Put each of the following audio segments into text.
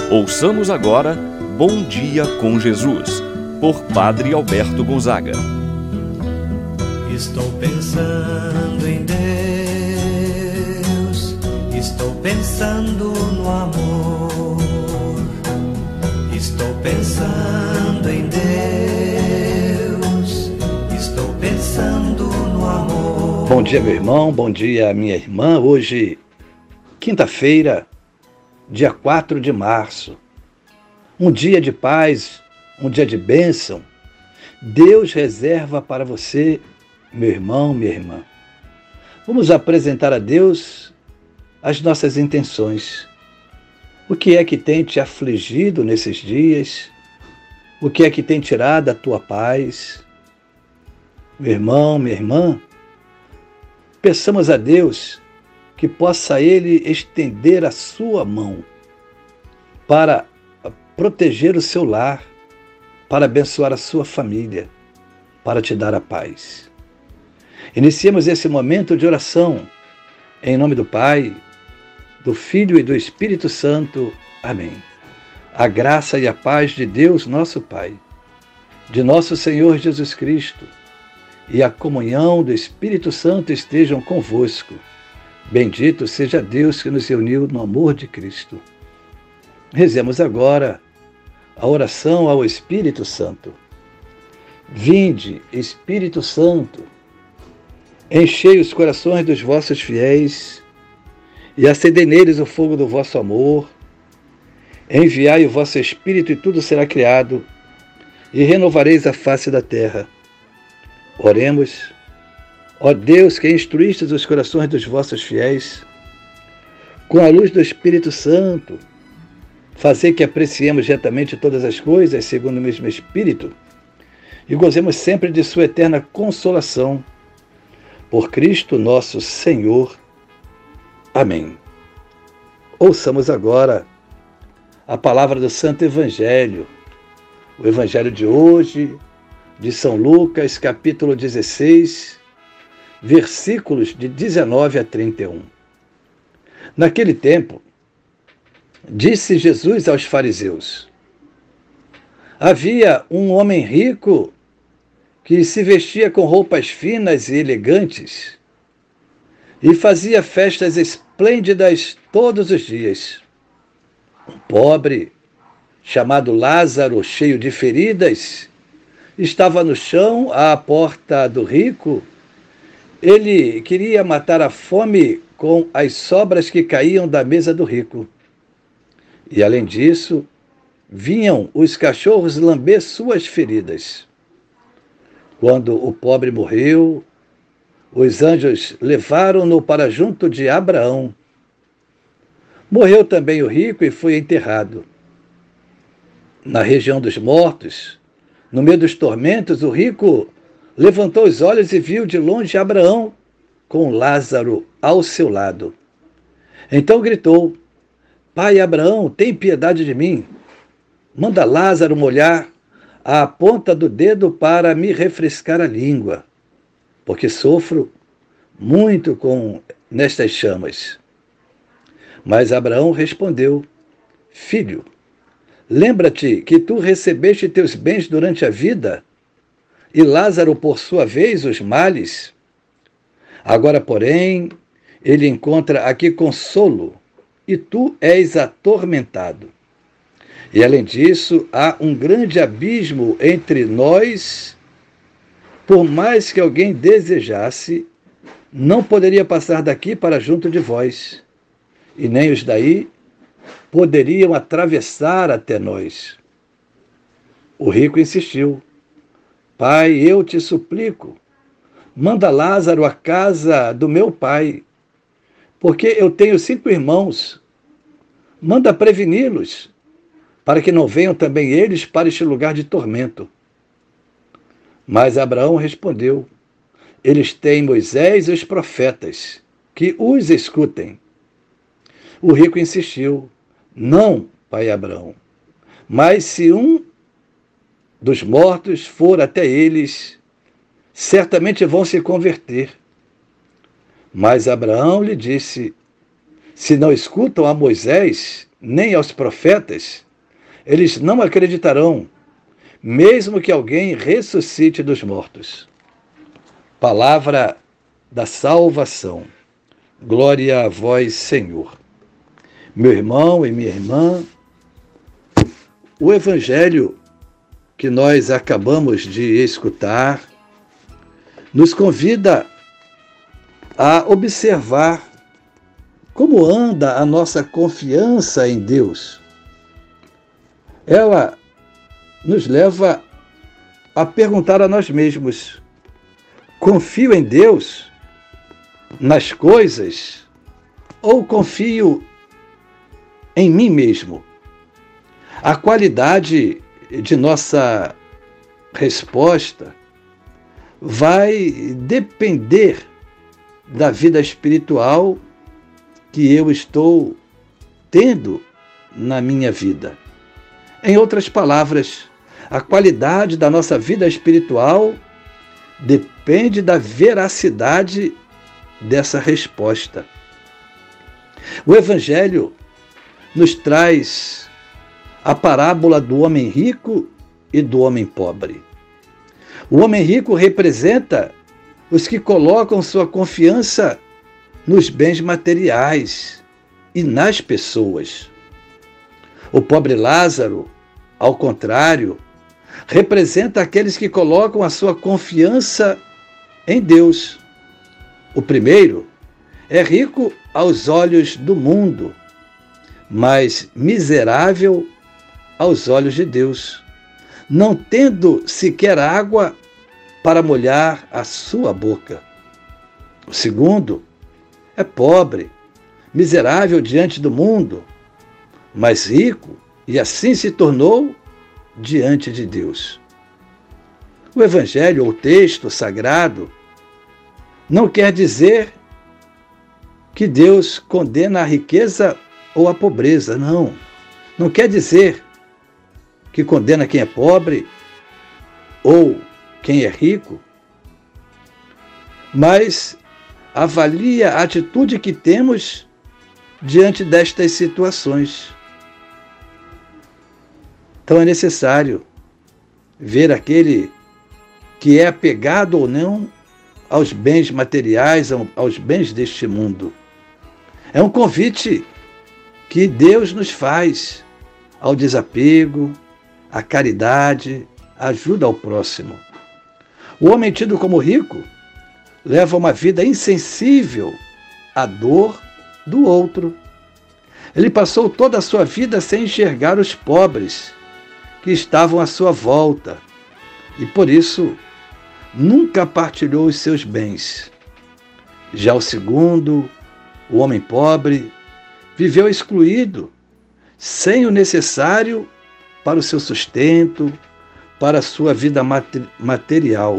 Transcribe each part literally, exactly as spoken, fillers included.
Ouçamos agora Bom Dia com Jesus, por Padre Alberto Gonzaga. Estou pensando em Deus, estou pensando no amor, estou pensando em Deus, estou pensando no amor. Bom dia, meu irmão, bom dia, minha irmã. Hoje, quinta-feira, dia quatro de março, um dia de paz, um dia de bênção. Deus reserva para você, meu irmão, minha irmã. Vamos apresentar a Deus as nossas intenções. O que é que tem te afligido nesses dias? O que é que tem tirado a tua paz? Meu irmão, minha irmã, peçamos a Deus que possa Ele estender a sua mão para proteger o seu lar, para abençoar a sua família, para te dar a paz. Iniciemos esse momento de oração, em nome do Pai, do Filho e do Espírito Santo. Amém. A graça e a paz de Deus, nosso Pai, de nosso Senhor Jesus Cristo, e a comunhão do Espírito Santo estejam convosco. Bendito seja Deus que nos reuniu no amor de Cristo. Rezemos agora a oração ao Espírito Santo. Vinde, Espírito Santo, enchei os corações dos vossos fiéis e acendei neles o fogo do vosso amor. Enviai o vosso Espírito e tudo será criado, e renovareis a face da terra. Oremos. Ó Deus, que instruístes os corações dos vossos fiéis, com a luz do Espírito Santo, fazei que apreciemos retamente todas as coisas, segundo o mesmo Espírito, e gozemos sempre de sua eterna consolação. Por Cristo nosso Senhor. Amém. Ouçamos agora a palavra do Santo Evangelho, o Evangelho de hoje, de São Lucas, capítulo dezesseis, versículos de dezenove a trinta e um. Naquele tempo, disse Jesus aos fariseus: havia um homem rico que se vestia com roupas finas e elegantes e fazia festas esplêndidas todos os dias. Um pobre, chamado Lázaro, cheio de feridas, estava no chão à porta do rico. Ele queria matar a fome com as sobras que caíam da mesa do rico. E, além disso, vinham os cachorros lamber suas feridas. Quando o pobre morreu, os anjos levaram-no para junto de Abraão. Morreu também o rico e foi enterrado. Na região dos mortos, no meio dos tormentos, o rico levantou os olhos e viu de longe Abraão com Lázaro ao seu lado. Então gritou: Pai Abraão, tem piedade de mim. Manda Lázaro molhar a ponta do dedo para me refrescar a língua, porque sofro muito com nestas chamas. Mas Abraão respondeu: Filho, lembra-te que tu recebeste teus bens durante a vida, e Lázaro, por sua vez, os males. Agora, porém, ele encontra aqui consolo, e tu és atormentado. E, além disso, há um grande abismo entre nós. Por mais que alguém desejasse, não poderia passar daqui para junto de vós, e nem os daí poderiam atravessar até nós. O rico insistiu: Pai, eu te suplico, manda Lázaro à casa do meu pai, porque eu tenho cinco irmãos. Manda preveni-los, para que não venham também eles para este lugar de tormento. Mas Abraão respondeu: Eles têm Moisés e os profetas, que os escutem. O rico insistiu: Não, pai Abraão, mas se um dos mortos for até eles, certamente vão se converter. Mas Abraão lhe disse: Se não escutam a Moisés nem aos profetas, eles não acreditarão, mesmo que alguém ressuscite dos mortos. Palavra da salvação. Glória a vós, Senhor. Meu irmão e minha irmã, o Evangelho que nós acabamos de escutar nos convida a observar como anda a nossa confiança em Deus. Ela nos leva a perguntar a nós mesmos: confio em Deus, nas coisas, ou confio em mim mesmo? A qualidade de nossa resposta vai depender da vida espiritual que eu estou tendo na minha vida. Em outras palavras, a qualidade da nossa vida espiritual depende da veracidade dessa resposta. O Evangelho nos traz a parábola do homem rico e do homem pobre. O homem rico representa os que colocam sua confiança nos bens materiais e nas pessoas. O pobre Lázaro, ao contrário, representa aqueles que colocam a sua confiança em Deus. O primeiro é rico aos olhos do mundo, mas miserável aos olhos de Deus, não tendo sequer água para molhar a sua boca. O segundo é pobre, miserável diante do mundo, mas rico, e assim se tornou diante de Deus. O Evangelho, ou texto sagrado, não quer dizer que Deus condena a riqueza ou a pobreza, não. Não quer dizer que condena quem é pobre ou quem é rico, mas avalia a atitude que temos diante destas situações. Então é necessário ver aquele que é apegado ou não aos bens materiais, aos bens deste mundo. É um convite que Deus nos faz ao desapego, à caridade, à ajuda ao próximo. O homem tido como rico leva uma vida insensível à dor do outro. Ele passou toda a sua vida sem enxergar os pobres que estavam à sua volta e, por isso, nunca partilhou os seus bens. Já o segundo, o homem pobre, viveu excluído, sem o necessário para o seu sustento, para a sua vida material.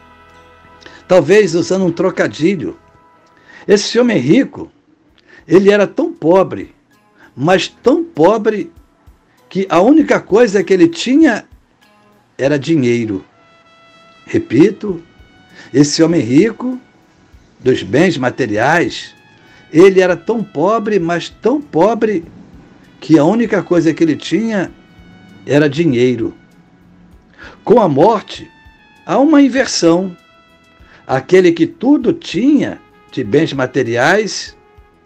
Talvez usando um trocadilho, esse homem rico, ele era tão pobre, mas tão pobre, que a única coisa que ele tinha era dinheiro. Repito, esse homem rico, dos bens materiais, ele era tão pobre, mas tão pobre, que a única coisa que ele tinha era dinheiro. Com a morte, há uma inversão. Aquele que tudo tinha de bens materiais,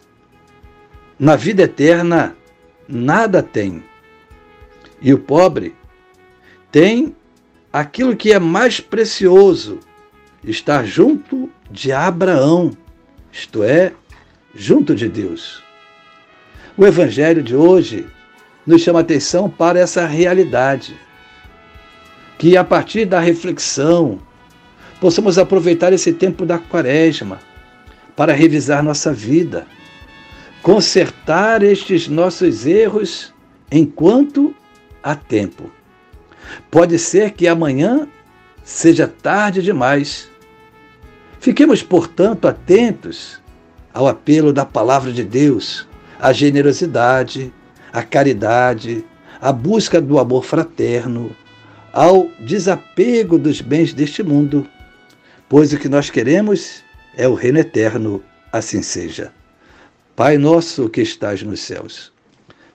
na vida eterna, nada tem. E o pobre tem aquilo que é mais precioso, estar junto de Abraão, isto é, junto de Deus. O Evangelho de hoje nos chama a atenção para essa realidade, que a partir da reflexão possamos aproveitar esse tempo da Quaresma para revisar nossa vida, consertar estes nossos erros enquanto há tempo. Pode ser que amanhã seja tarde demais. Fiquemos, portanto, atentos ao apelo da palavra de Deus, à generosidade, à caridade, à busca do amor fraterno, ao desapego dos bens deste mundo, pois o que nós queremos é o reino eterno, assim seja. Pai nosso que estás nos céus,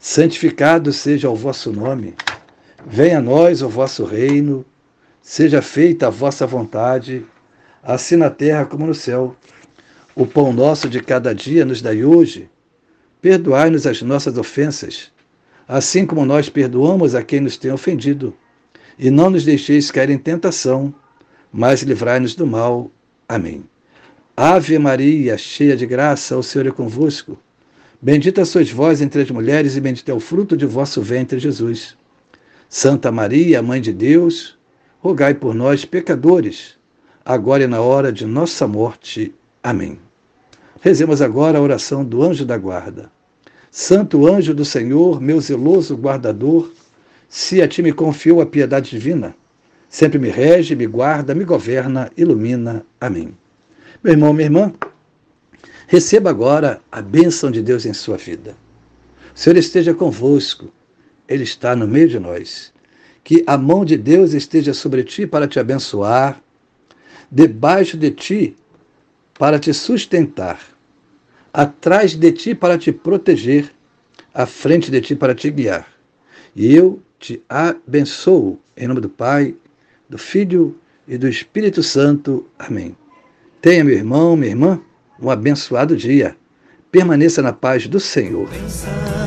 Santificado seja o vosso nome. Venha a nós o vosso reino. Seja feita a vossa vontade, assim na terra como no céu. O pão nosso de cada dia nos dai hoje. Perdoai-nos as nossas ofensas, assim como nós perdoamos a quem nos tem ofendido. E não nos deixeis cair em tentação, mas livrai-nos do mal. Amém. Ave Maria, cheia de graça, o Senhor é convosco. Bendita sois vós entre as mulheres, e bendito é o fruto de vosso ventre, Jesus. Santa Maria, Mãe de Deus, rogai por nós, pecadores, agora e na hora de nossa morte. Amém. Rezemos agora a oração do anjo da guarda. Santo anjo do Senhor, meu zeloso guardador, se a ti me confiou a piedade divina, sempre me rege, me guarda, me governa, ilumina. Amém. Meu irmão, minha irmã, receba agora a bênção de Deus em sua vida. O Senhor esteja convosco, Ele está no meio de nós. Que a mão de Deus esteja sobre ti para te abençoar, debaixo de ti para te sustentar, atrás de ti para te proteger, à frente de ti para te guiar. E eu te abençoo, em nome do Pai, do Filho e do Espírito Santo. Amém. Tenha, meu irmão, minha irmã, um abençoado dia. Permaneça na paz do Senhor.